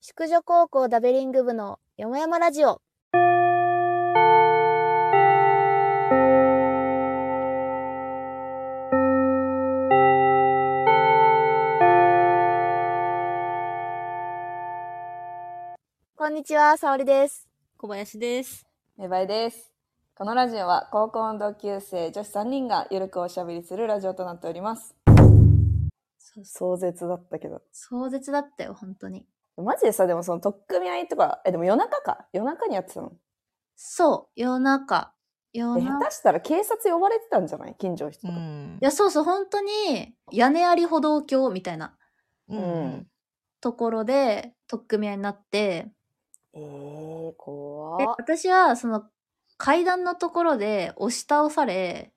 宿女高校ダベリング部のよもやまラジオ。こんにちは、さおりです。 小林です。 めばいです。このラジオは高校の同級生女子3人がゆるくおしゃべりするラジオとなっております。壮絶だったけど。 壮絶だったよ、本当に。 マジでさ、でもその取っ組み合いとか、でも夜中か。夜中にやってたの。 そう、夜中。 下手したら警察呼ばれてたんじゃない？近所の人とか。 いや、そうそう、本当に屋根あり歩道橋みたいなところで取っ組み合いになって、 怖で、私はその階段のところで押し倒され、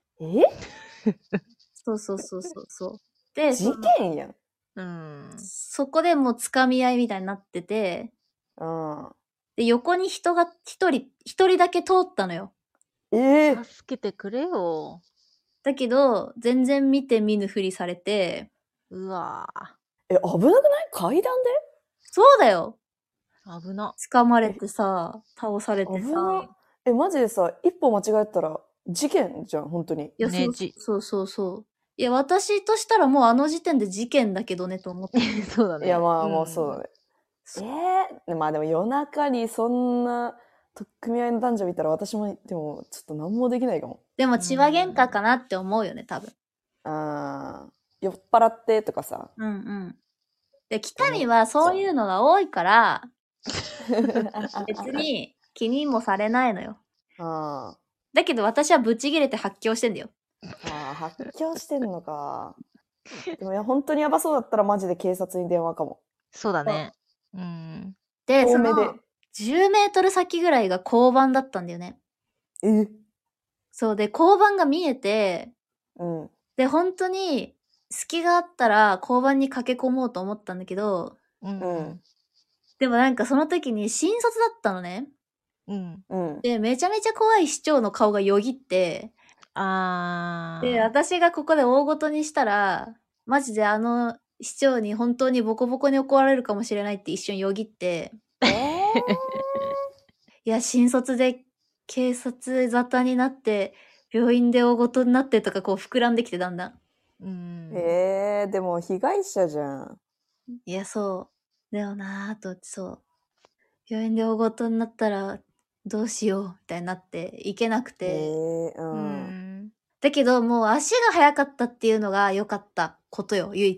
そう。で、 事件やん。 そこでもう掴み合いみたいになってて、で、横に人が一人だけ通ったのよ。 助けてくれよ。 だけど、全然見て見ぬふりされて。 うわぁ。危なくない？階段で？ そうだよ。 危な。 掴まれてさ、倒されてさ。 マジでさ、一歩間違えたら事件じゃん、本当に。 いや、そう。いや、私としたらもうあの時点で事件だけどね、と思って。 そうだね。 いや、まあ、もうそうだね。まあでも夜中にそんな取っ組み合いの男女見たら私も、でもちょっと何もできないかも。 でも血は喧嘩かなって思うよね、多分。 酔っ払ってとかさ。 で、北見はそういうのが多いから、別に気にもされないのよ。だけど私はブチ切れて発狂してんだよ。 発狂してんのか。でもいや、本当にやばそうだったらマジで警察に電話かも。 そうだね。 で、その10メートル先ぐらいが交番だったんだよね。そうで、交番が見えて、で、本当に隙があったら交番に駆け込もうと思ったんだけど、でもなんかその時に新卒だったのね。で、めちゃめちゃ怖い市長の顔がよぎって、で、私がここで大ごとにしたら、マジであの市長に本当にボコボコに怒られるかもしれないって一瞬よぎって、いや、新卒で警察沙汰になって、病院で大ごとになってとかこう膨らんできてだんだん。 でも被害者じゃん。 いや、そう。だよなぁと、そう。病院で大ごとになったらどうしようみたいになって行けなくて。だけどもう足が速かったっていうのが良かったことよ、唯一。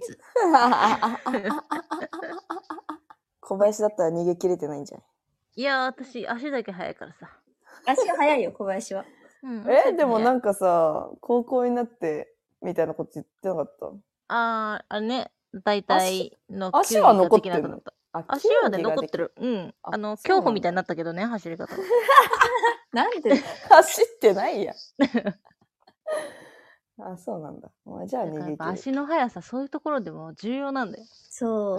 小林だったら逃げ切れてないんじゃない？ いや、私足だけ速いからさ。 足が速いよ、小林は。 でもなんかさ、高校になってみたいなこと言ってなかった？ あれね、大体の足は残ってるの？ 足はね、残ってる。競歩みたいになったけどね、走り方。 なんで走ってないやん。そうなんだ。じゃあ逃げ切れる。 足の速さ、そういうところでも重要なんだよ。 そう。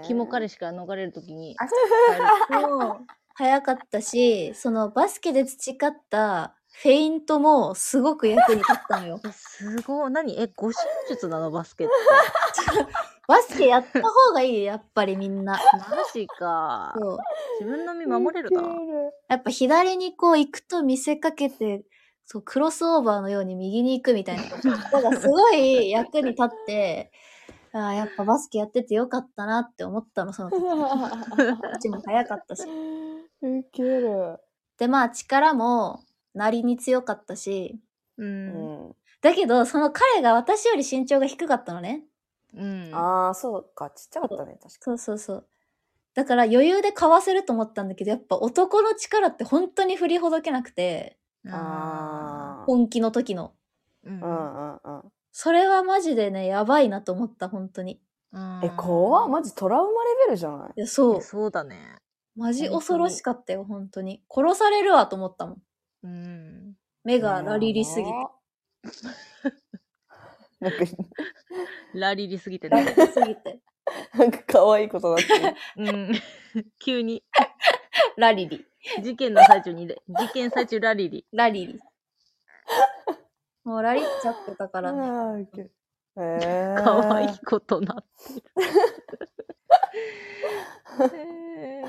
キモ彼氏から逃れるときに。 足も速かったし、そのバスケで培ったフェイントもすごく役に立ったのよ。 すごい。護身術なのバスケって。 バスケやった方がいい、やっぱりみんな。 マジか。 そう。 自分の身守れるかな。 やっぱ左にこう行くと見せかけて、そう、クロスオーバーのように右に行くみたいなことがすごい役に立って、やっぱバスケやっててよかったなって思ったの、その時。足も速かったし。 ウケる。 で、まあ力もなりに強かったし。だけど、その彼が私より身長が低かったのね。 そうか。ちっちゃかったね、確かに。 そう。だから余裕でかわせると思ったんだけど、やっぱ男の力って本当に振りほどけなくて。本気の時の。それはマジでね、やばいなと思った、本当に。 怖っ。マジトラウマレベルじゃない？ いや、そう。 そうだね。 マジ恐ろしかったよ、本当に。殺されるわと思ったもん。目がラリリすぎて。 ラリリすぎてね。 ラリリすぎて。 なんか可愛いことだって。 急に。 ラリリ。 事件最中ラリリ。 ラリリ。もうラリっちゃってたからね。 可愛いことなってる。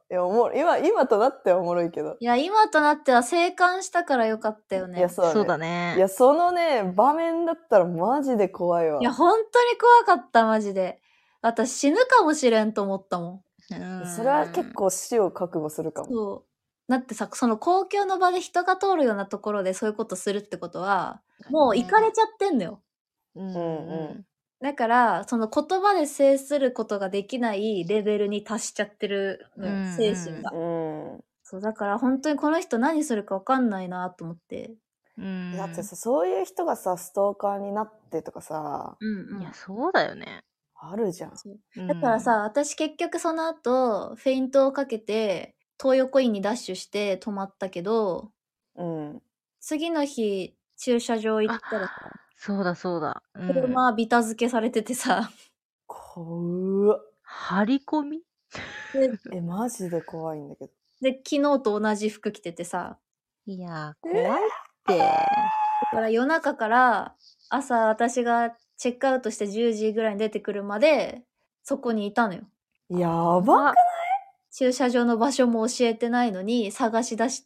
今となってはおもろいけど。 いや、今となっては生還したからよかったよね。 いや、 そうだね。 いや、そのね、場面だったらマジで怖いわ。 いや、本当に怖かった、マジで。私死ぬかもしれんと思ったもん。 それは結構死を覚悟するかも。 そう。だってさ、その公共の場で人が通るようなところでそういうことするってことは、もう行かれちゃってんのよ。だから、その言葉で制することができないレベルに達しちゃってるのよ、精神が。そう、だから本当にこの人何するか分かんないなと思って。 だってさ、そういう人がさ、ストーカーになってとかさ、 いや、そうだよね。 あるじゃん。 だからさ、私結局その後、フェイントをかけて、東横インにダッシュして止まったけど、次の日、駐車場行ったらさ、 そうだそうだ。 車ビタ付けされててさ。 怖っ。 張り込みマジで怖いんだけど。 で、昨日と同じ服着ててさ。 いやー、怖いって。 だから夜中から朝私がチェックアウトして10時ぐらいに出てくるまで、そこにいたのよ。 やばくない？ 駐車場の場所も教えてないのに探し出して、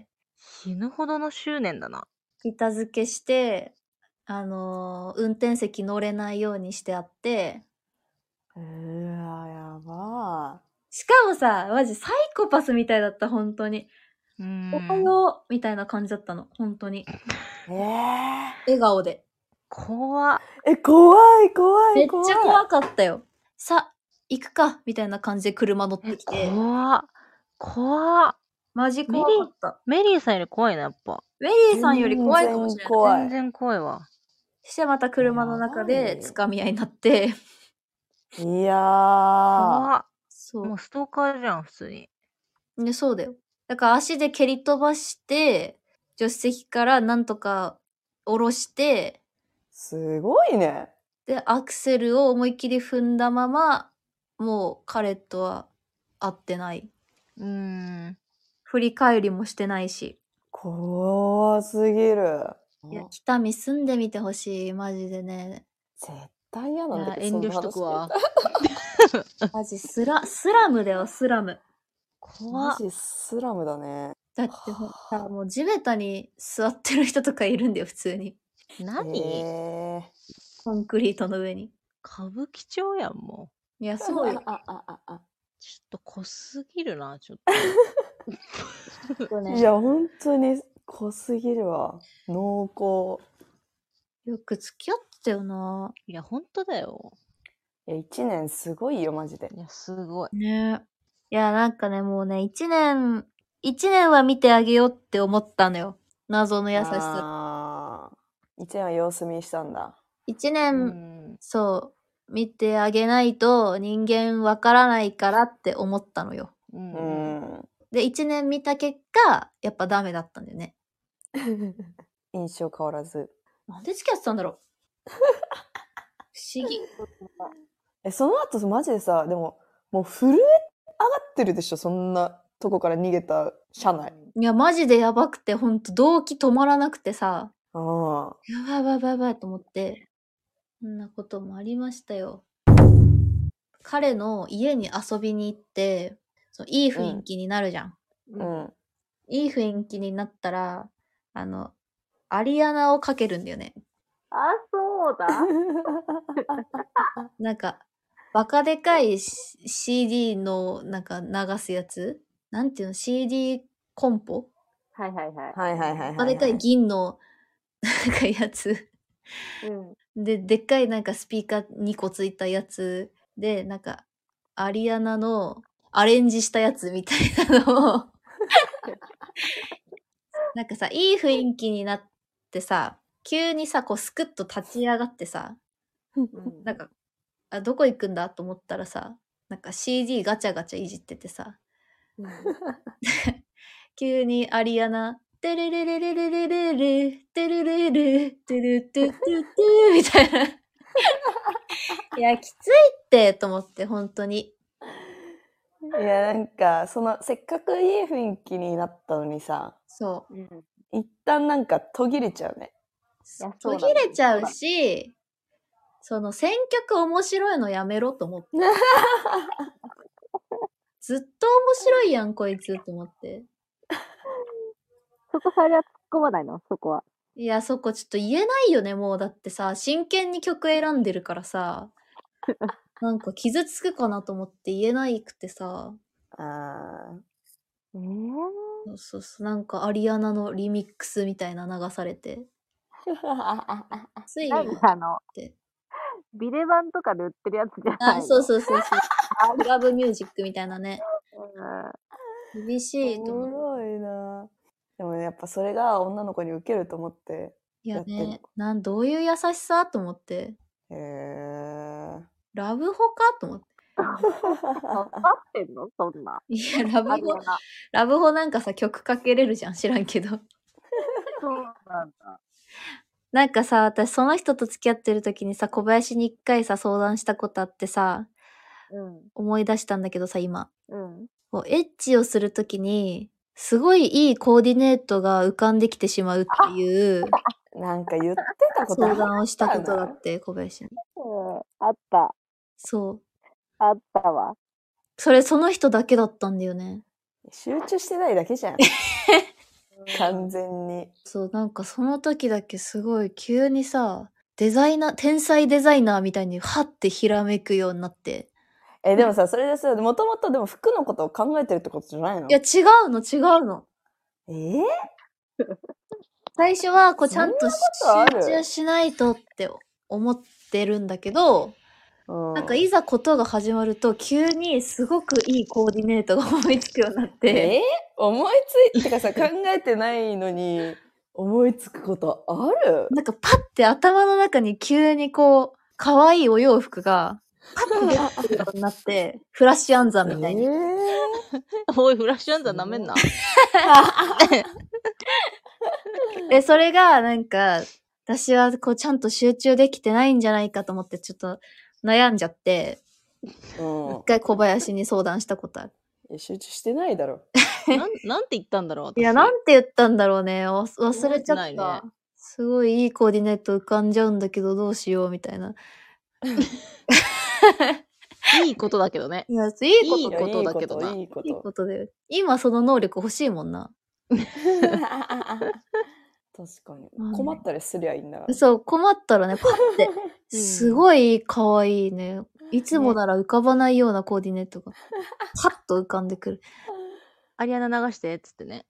死ぬほどの執念だな。 ビタ付けして、運転席乗れないようにしてあって。 やばしかもさ、マジサイコパスみたいだった、本当に。おはようみたいな感じだったの、本当に。笑顔で。 怖っ。 怖い。 めっちゃ怖かったよ。さ、行くかみたいな感じで車乗ってきて。 怖っ。 マジ怖かった。 メリーさんより怖いな、やっぱ。 メリーさんより怖いかもしれない。 全然怖いわ。 そしてまた車の中で掴み合いになって。 いやー。 そう。 もうストーカーじゃん、普通に。 ね、そうだよ。だから足で蹴り飛ばして、助手席からなんとか下ろして。 すごいね。 で、アクセルを思いっきり踏んだまま、もう彼とは会ってない。振り返りもしてないし。 怖すぎる。 いや、北見住んでみてほしい、マジでね。 絶対嫌なんだけど、 遠慮しとくわ。 マジスラムだよ、スラム。 マジスラムだね。 だってさ、もう地べたに座ってる人とかいるんだよ、普通に。 何？ コンクリートの上に。 歌舞伎町やん、もう。いや、そうよ。 ちょっと濃すぎるな、ちょっと。いや、本当に濃すぎるわ。濃厚。 よく付き合ってたよな。 いや、本当だよ。 いや、1年すごいよ、マジで。 いや、すごい。 ね。いや、なんかね、もうね、1年は見てあげようって思ったのよ。謎の優しさ。 1年は様子見したんだ。 1年、そう、見てあげないと人間わからないからって思ったのよ。で、1年見た結果、やっぱダメだったんだよね。 印象変わらず。 なんで付き合ってたんだろう。不思議。 その後マジでさ、でも、もう震え上がってるでしょ、そんなとこから逃げた車内。 いや、マジでやばくて、ほんと動機止まらなくてさ。やばいと思って。そんなこともありましたよ。彼の家に遊びに行って、いい雰囲気になるじゃん。いい雰囲気になったら、アリアナをかけるんだよね。 そうだ。 なんか、バカでかい CD のなんか流すやつ？なんていうの？ CD コンポ？ はい。 バカでかい銀のなんかやつ。で、でっかいなんかスピーカー2個ついたやつで、なんか、アリアナのアレンジしたやつみたいなのをなんかさ、いい雰囲気になってさ、急にさ、こうスクッと立ち上がってさ、なんか、どこ行くんだと思ったらさ、なんか CD ガチャガチャいじっててさ、急にアリアナ、テレレレレレレレレ、テレレレ、テレテテテみたいな。いや、きついってと思って、本当に。 いや、なんか、せっかくいい雰囲気になったのにさ、 そう。 一旦なんか途切れちゃうね。 途切れちゃうし、選曲面白いのやめろと思って。 ずっと面白いやん、こいつと思って。 そこされは突っ込まないのそこは。 いや、そこちょっと言えないよね、もう。だってさ、真剣に曲選んでるからさ、なんか傷つくかなと思って言えないくてさ。そうそうそう。なんかアリアナのリミックスみたいな流されて。ついなんかビレバンとかで売ってるやつじゃないの？ そうそうそうそう。クラブミュージックみたいなね。厳しいと思う。 おもろいな。でもやっぱそれが女の子に受けると思ってやってんの。いやね、どういう優しさと思って。ラブホかと思って。 合ってんのそんな。 いや、ラブホなんかさ、曲かけれるじゃん。知らんけど。 そうなんだ。 なんかさ、私その人と付き合ってる時にさ、小林に一回さ、相談したことあってさ、思い出したんだけどさ、今。エッチをする時に、すごいいいコーディネートが浮かんできてしまうっていう、 なんか言ってたこと相談をしたことだって、小林に。 あった。 そう。 あったわ。 その人だけだったんだよね。 集中してないだけじゃん。完全に。 そう、なんかその時だけすごい急にさ、天才デザイナーみたいにはってひらめくようになって。 でもさ、それでさ、もともとでも服のことを考えてるってことじゃないの？ いや、違うの。最初は、こう、ちゃんと集中しないとって思ってるんだけど、なんかいざことが始まると、急にすごくいいコーディネートが思いつくようになって。 思いついてかさ、考えてないのに、思いつくことある？ なんかパッて頭の中に急にこう、可愛いお洋服が、パッて出てくるようになって、フラッシュ暗算みたいに。 おい、フラッシュ暗算なめんな。 それがなんか、私はこうちゃんと集中できてないんじゃないかと思ってちょっと悩んじゃって、一回小林に相談したことある。 集中してないだろ。 なんて言ったんだろう、私。 いや、なんて言ったんだろうね。忘れちゃった。ね、すごいいいコーディネート浮かんじゃうんだけどどうしようみたいな。 いいことだけどね。 いや、いいことだけどな。いいことで。今その能力欲しいもんな。 確かに。困ったらすりゃいいんだ。 そう、困ったらね、パッて。すごい可愛いね。いつもなら浮かばないようなコーディネートが、パッと浮かんでくる。 アリアナ流して、つってね。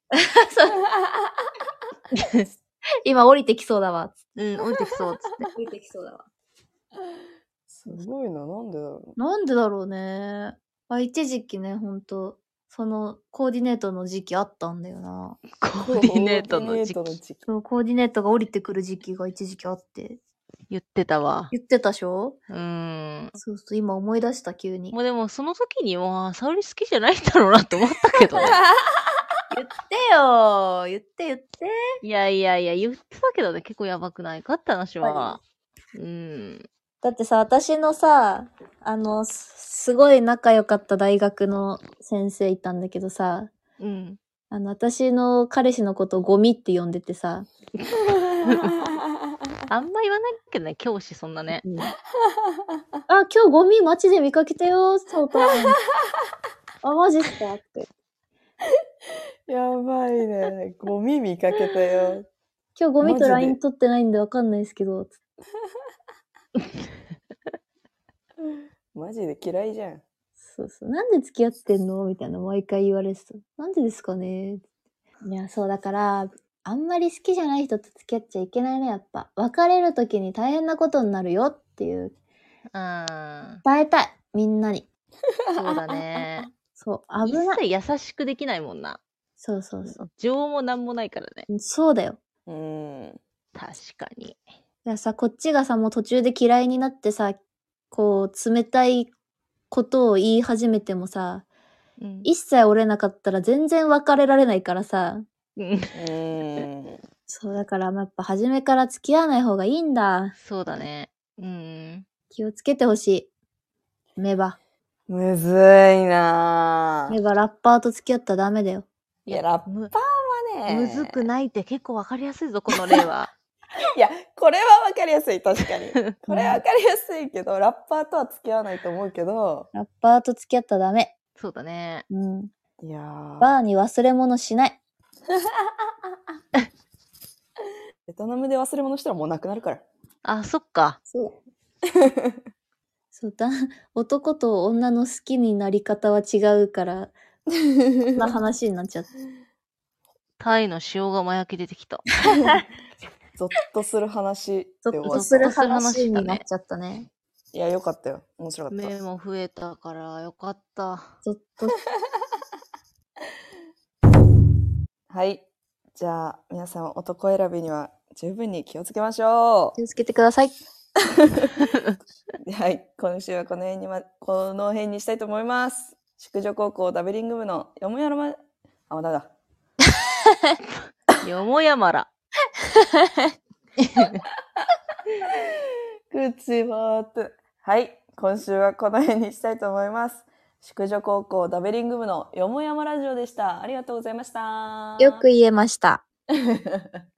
今降りてきそうだわ。 降りてきそう、つって。 降りてきそうだわ。 すごいな、なんでだろう。なんでだろうね。一時期ね、ほんと、そのコーディネートの時期あったんだよな。 コーディネートの時期。 そう、コーディネートが降りてくる時期が一時期あって。 言ってたわ。 言ってたでしょ？ そうそう、今思い出した急に。 もうでもその時には、沙織好きじゃないんだろうなと思ったけどね。 言ってよ。言って。 いや、言ってたけどね、結構やばくないかって話は。 だってさ、私のさ、すごい仲良かった大学の先生いたんだけどさ、私の彼氏のことをゴミって呼んでてさ。 あんま言わないけどね、教師そんなね。 今日ゴミ街で見かけたよ、そうと。マジっすかって。 やばいね。ゴミ見かけたよ。 今日ゴミと LINE 取ってないんでわかんないですけど。 マジで嫌いじゃん。 そう。なんで付き合ってんのみたいな毎回言われてた。なんでですかね。いや、そうだから、あんまり好きじゃない人と付き合っちゃいけないね、やっぱ。別れるときに大変なことになるよっていう。伝えたい。みんなに。 そうだね。 そう、危ない。 一切優しくできないもんな。 そう。 情もなんもないからね。 そうだよ。 確かに。 だからさ、こっちがさ、もう途中で嫌いになってさ、こう、冷たいことを言い始めてもさ、一切折れなかったら全然別れられないからさ。そう、だからやっぱ初めから付き合わない方がいいんだ。 そうだね。 気をつけてほしい。メバ。 むずいなぁ。 メバラッパーと付き合ったらダメだよ。 いや、ラッパーはね。 むずくないって結構わかりやすいぞ、この例は。 いや、これはわかりやすい、確かに。これはわかりやすいけど、ラッパーとは付き合わないと思うけど。 ラッパーと付き合ったらダメ。 そうだね。 うん。 いやー。 バーに忘れ物しない。 ベトナムで忘れ物したらもうなくなるから。 あ、そっか。 そうそうだ。男と女の好きになり方は違うから、そんな話になっちゃった。 タイの塩釜焼き出てきた。 ゾッとする話ゾで終わった。 ッとする話になっちゃったね。 いや、よかったよ。面白かった。 目も増えたからよかった。 ゾッと。 はい。じゃあ、皆さん男選びには十分に気をつけましょ気をつけてください。 う。はい。今週はこの辺にしたいと思います。宿女高校ダベリング部のよもやま、あ、まだ。 よもやまら。 口ばーって。はい。今週はこの辺にしたいと思います。宿女高校ダベリング部のよもやまラジオでした。ありがとうございました。 よく言えました。